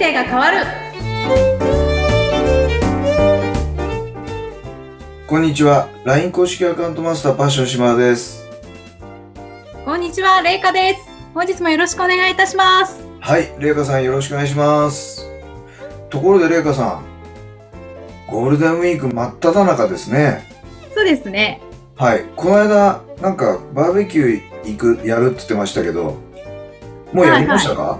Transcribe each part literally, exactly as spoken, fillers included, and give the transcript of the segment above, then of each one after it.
生が変わる。 こんにちは。ライン 公式アカウントマスターパッション島田です。 こんにちは、れいかです。本日もよろしくお願いいたします。 はい、れいかさんよろしくお願いします。ところでれいかさん、ゴールデンウィーク真っ只中ですね。 そうですね。 はい、この間なんかバーベキュー行く、やるって言ってましたけど、もうやりましたか？はいはい、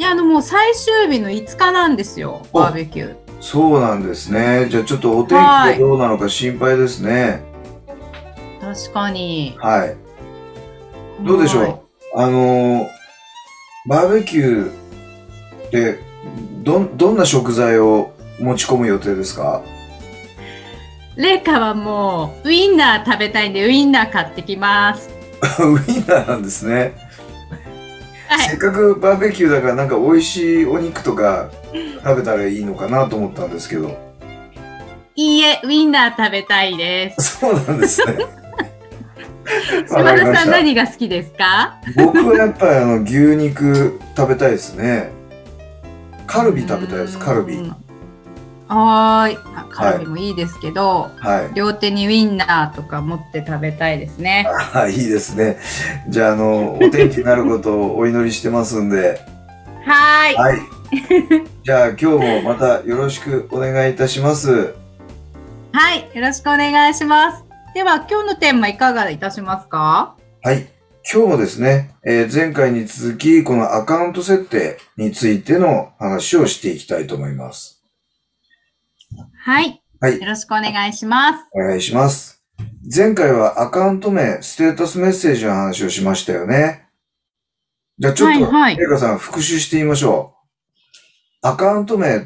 いや、あのもう最終日のいつかなんですよ、バーベキュー。 そうなんですね。じゃあちょっとお天気がどうなのか心配ですね。 確かに。 はい。どうでしょう。あのー、バーベキューでど、どんな食材を持ち込む予定ですか？ レイカはもうウインナー食べたいんでウインナー買ってきます。 ウインナーなんですね。はい、せっかくバーベキューだからなんか美味しいお肉とか食べたらいいのかなと思ったんですけど。 いいえ、ウインナー食べたいです。 そうなんですね。 島田さん何が好きですか？ 僕はやっぱりあの牛肉食べたいですね。カルビ食べたいです、カルビ。 はーい。カルビもいいですけど、 はい、 両手にウインナーとか持って食べたいですね。 ああ、いいですね。じゃあ、あの、お天気になることをお祈りしてますんで。 はーい。 はい。じゃあ、今日もまたよろしくお願いいたします。 はい。よろしくお願いします。では、今日のテーマいかがいたしますか？ はい。今日もですね、えー、前回に続き、このアカウント設定についての話をしていきたいと思います。 はい。 はい。 よろしくお願いします。 お願いします。前回はアカウント名、ステータスメッセージの話をしましたよね。じゃあちょっと、はいはい、レイカさん復習してみましょう。アカウント名って、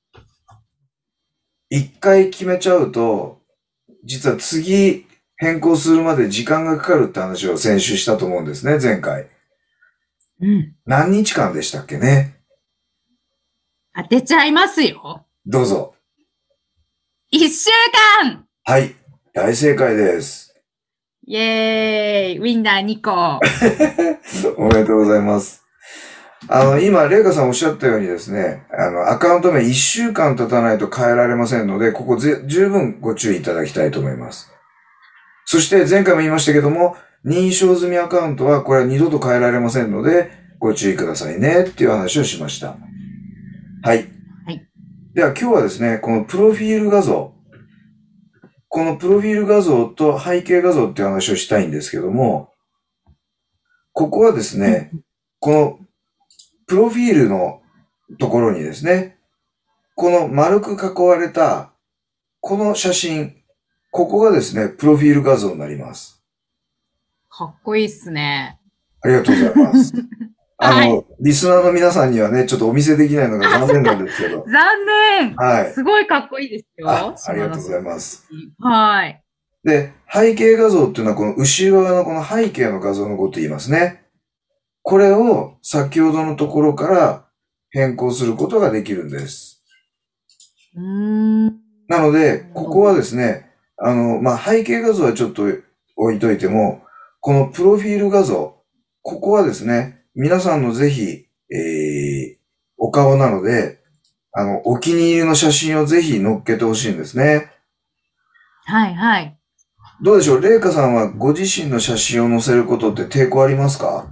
一回決めちゃうと、実は次変更するまで時間がかかるって話を先週したと思うんですね、前回。 うん。 何日間でしたっけね？ 当てちゃいますよ。 どうぞ。 一週間！ はい。大正解です。 イェーイ！ウィンナーにこ。 おめでとうございます。あの、今、レイカさんおっしゃったようにですね、あの、アカウント名いっしゅうかん経たないと変えられませんので、ここぜ十分ご注意いただきたいと思います。そして前回も言いましたけども、認証済みアカウントはこれは二度と変えられませんので、ご注意くださいねっていう話をしました。はい。 はい。 では今日はですね、このプロフィール画像、このプロフィール画像と背景画像っていう話をしたいんですけども、ここはですね、このプロフィールのところにですね、この丸く囲われたこの写真、ここがですね、プロフィール画像になります。 かっこいいっすね。 ありがとうございます。あの、はい、リスナーの皆さんにはね、ちょっとお見せできないのが残念なんですけど。 残念。 はい。 すごいかっこいいですよ。 あ、ありがとうございます。 はい。 で、背景画像っていうのはこの後ろ側のこの背景の画像のことを言いますね。これを先ほどのところから変更することができるんです。 うーん。 なので、ここはですね、あの、まあ、背景画像はちょっと置いといても、このプロフィール画像、ここはですね、皆さんのぜひ、えー、お顔なので、あの、お気に入りの写真をぜひ載っけてほしいんですね。 はいはい。 どうでしょう、レイカさんはご自身の写真を載せることって抵抗ありますか？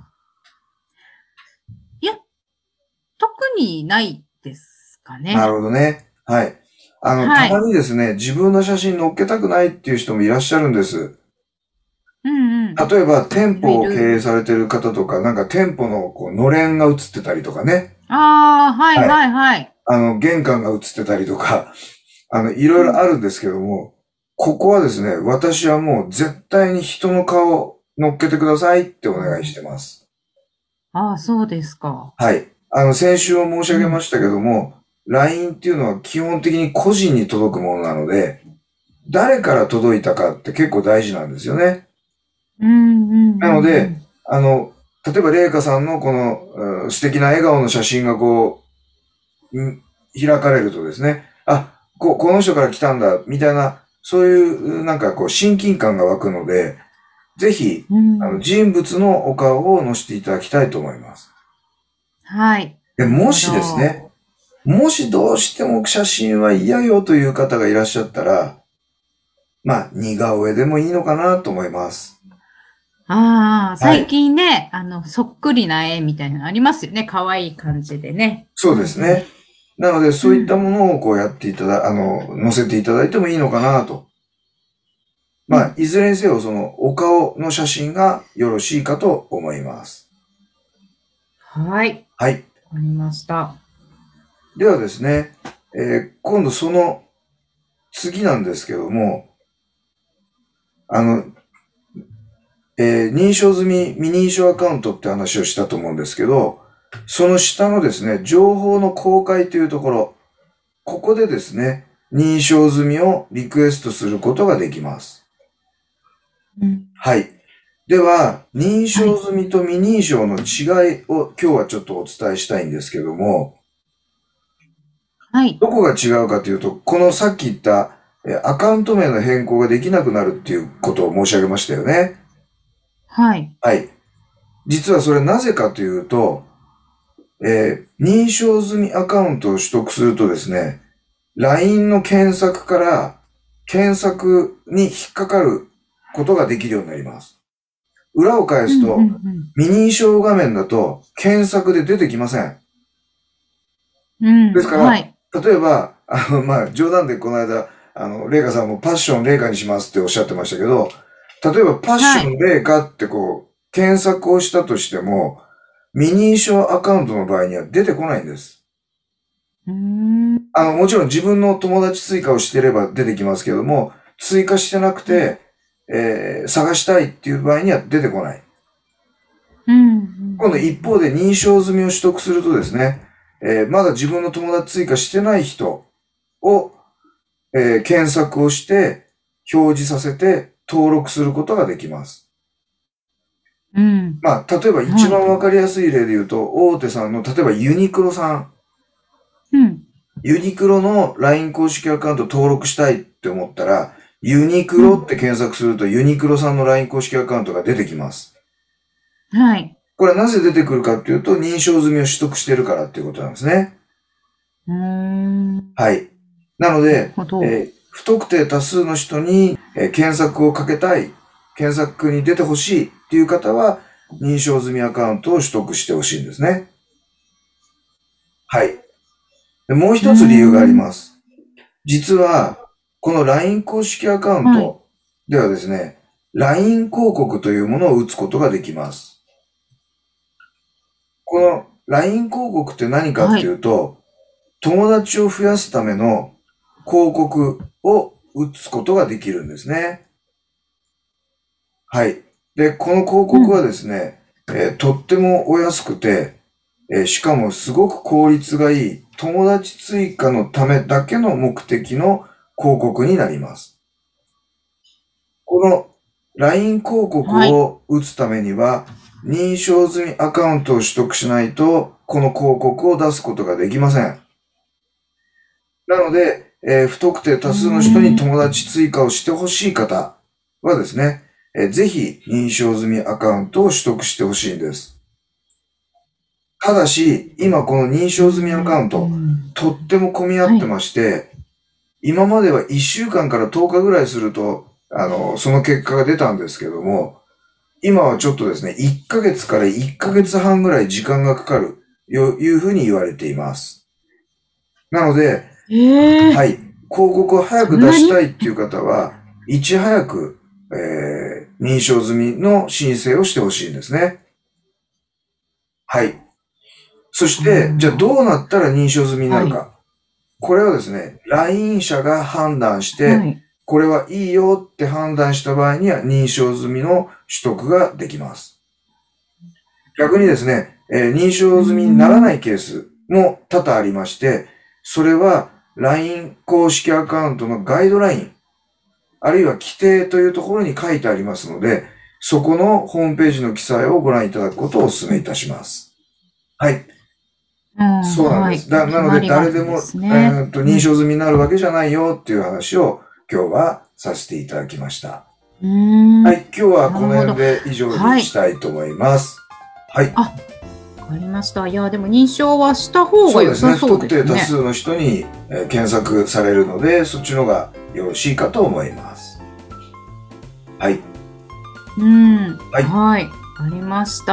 いや、特にないですかね。 なるほどね。はい。あの、はい、たまにですね、自分の写真載っけたくないっていう人もいらっしゃるんです。 うんうん。 例えば、店舗を経営されてる方とか、なんか店舗のこうのれんが写ってたりとかね。 ああ、はいはいはい。 あの、玄関が写ってたりとか、あの、いろいろあるんですけども、うん、ここはですね、私はもう絶対に人の顔を載っけてくださいってお願いしてます。 ああ、そうですか。 はい。あの、先週も申し上げましたけども、うん、ライン っていうのは基本的に個人に届くものなので、誰から届いたかって結構大事なんですよね。 うんうんうんうん、 なので、あの、例えば、レイカさんのこの、素敵な笑顔の写真がこう、開かれるとですね、あ、こ、この人から来たんだ、みたいな、そういうなんかこう親近感が湧くので、ぜひ、うん、あの人物のお顔を載せていただきたいと思います。 はい。 でもしですね、もしどうしても写真は嫌よという方がいらっしゃったら、まあ、似顔絵でもいいのかなと思います。 ああ、 は最い。 近ね、あの、そっくりな絵みたいなのありますよね。可愛い感じでね。 そうですね。なので、 うんうん。 そういったものをこうやっていただ、あの、載せていただいてもいいのかなと。まあ、 うん。 いずれにせよ、その、お顔の写真がよろしいかと思います。 はい。 はい。 わかりました。 ではですね、えー今度その次なんですけども、あの、えー認証済み未認証アカウントって話をしたと思うんですけど、その下のですね、情報の公開というところ、ここでですね、認証済みをリクエストすることができます。 うん。 はい。では、認はい。 証済みと未認証の違いを今日はちょっとお伝えしたいんですけども、 はい。 どこが違うかというと、このさっき言ったえアカウント名の変更ができなくなるっていうことを申し上げましたよね。 はい。 はい。実はそれなぜかというと、えー認証済みアカウントを取得するとですね、ライン の検索から検索に引っかかることができるようになります。裏を返うんうんうすと、 ん。 未認証画面だと検索で出てきません。 うん。 ですから、 はい。 例えば、あの、まあ、冗談でこの間、あの、レイカさんもパッションレイカにしますっておっしゃってましたけど、例えばパッシはい。 ョンレイカってこう、検索をしたとしても、未認証アカウントの場合には出てこないんです。 うーん。 あの、もちろん自分の友達追加をしてれば出てきますけども、追加してなくて、えー、探したいっていう場合には出てこない。 うん。うん今度一方で認証済みを取得するとですね、えー、まだ自分の友達追加してない人を、えー、検索をして表示させて登録することができます。 うん。 まあ、例えば一はい。 番わかりやすい例で言うと、大手さんの、例えばユニクロさん。 うん。 ユニクロの ライン 公式アカウント登録したいって思ったら、ユニクうん。 ロって検索するとユニクロさんの ライン 公式アカウントが出てきます。 はい。 これはなぜ出てくるかっていうと、認証済みを取得してるからっていうことなんですね。 うーん。 はい。なのなるで、 ほど。 えー不特定多数の人に、えー検索をかけたい、検索に出てほしいっていう方は、認証済みアカウントを取得してほしいんですね。はい。でもううー一つ理由がありん。 ます。実は、この ライン 公式アカウンはい。 トではですね、ライン 広告というものを打つことができます。この ライン 広告って何かっていはい。 うと、友達を増やすための広告を打つことができるんですね。はい。で、この広告はうん。 ですね、えーとってもお安くて、えーしかもすごく効率がいい友達追加のためだけの目的の広告になります。この ライン 広告はい。 を打つためには、認証済みアカウントを取得しないと、この広告を出すことができません。なので、えー不特定うー多数の人にん。 友達追加をしてほしい方はですね、えーぜひ認証済みアカウントを取得してほしいんです。ただし、今この認うー証済みアカウント、 ん。 とっても混み合ってはい。 まして、今まではいっしゅうかんからとおかぐらいすると、あの、その結果が出たんですけども、今はちょっとですね、いっかげつからいっかげつはんぐらい時間がかかる、というふうに言われています。なので、 ええ、 はい、広告を早く出そんなに？ したいっていう方は、いち早く、えー、認証済みの申請をしてほしいんですね。はい。そしうーて、じゃあどん。 うなったら認証済みになはい。 るか。これはですね、ライン 社が判断して、 はい。 これはいいよって判断した場合には認証済みの取得ができます。逆にですね、えー認うー証済みにならなん。 いケースも多々ありまして、それは ライン 公式アカウントのガイドライン、あるいは規定というところに書いてありますので、そこのホームページの記載をご覧いただくことをお勧めいたします。はい。 うん、 そうなんです。 はい。 だ、なので決まりがあるんで誰でも、 すね。 えーっと、認うん。 証済みになるわけじゃないよっていう話を今日はさせていただきました。 うーん。 はい。今日はこのなるほど。 辺で以上にはい。 したいと思います。はい。 あ、 かりました。いや、でも認証はした方が良そうですね。 さそうですね。 不特定多数の人に、えー検索されるので、そっちの方がよろしいかと思います。はい。 うん。 はいはい。ありました。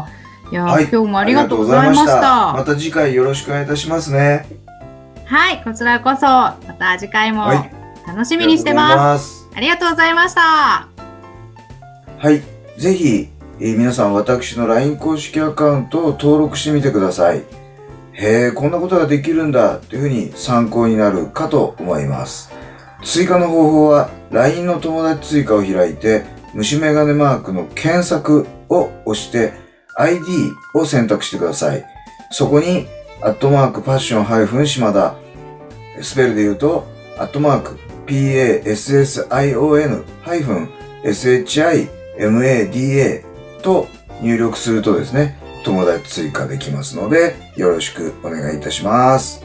いや、 はい。 今日もありがとうございましありがとうございました。 た。 また次回よろしくお願いいたしますね。 はい、こちらこそ、また次回もはい。 楽しみありがとうございにしてます。 ます。 ありがとうございました。 はい。ぜひ、えー皆さん私の ライン 公式アカウントを登録してみてください。へえ、こんなことができるんだというふうに参考になるかと思います。追加の方法は ライン の友達追加を開いて虫眼鏡マークの検索を押して アイディー を選択してください。そこにアットマークパッションハイフン島田、スペルで言うとアットマーク パッションハイフン shimada と入力するとですね、友達追加できますのでよろしくお願いいたします。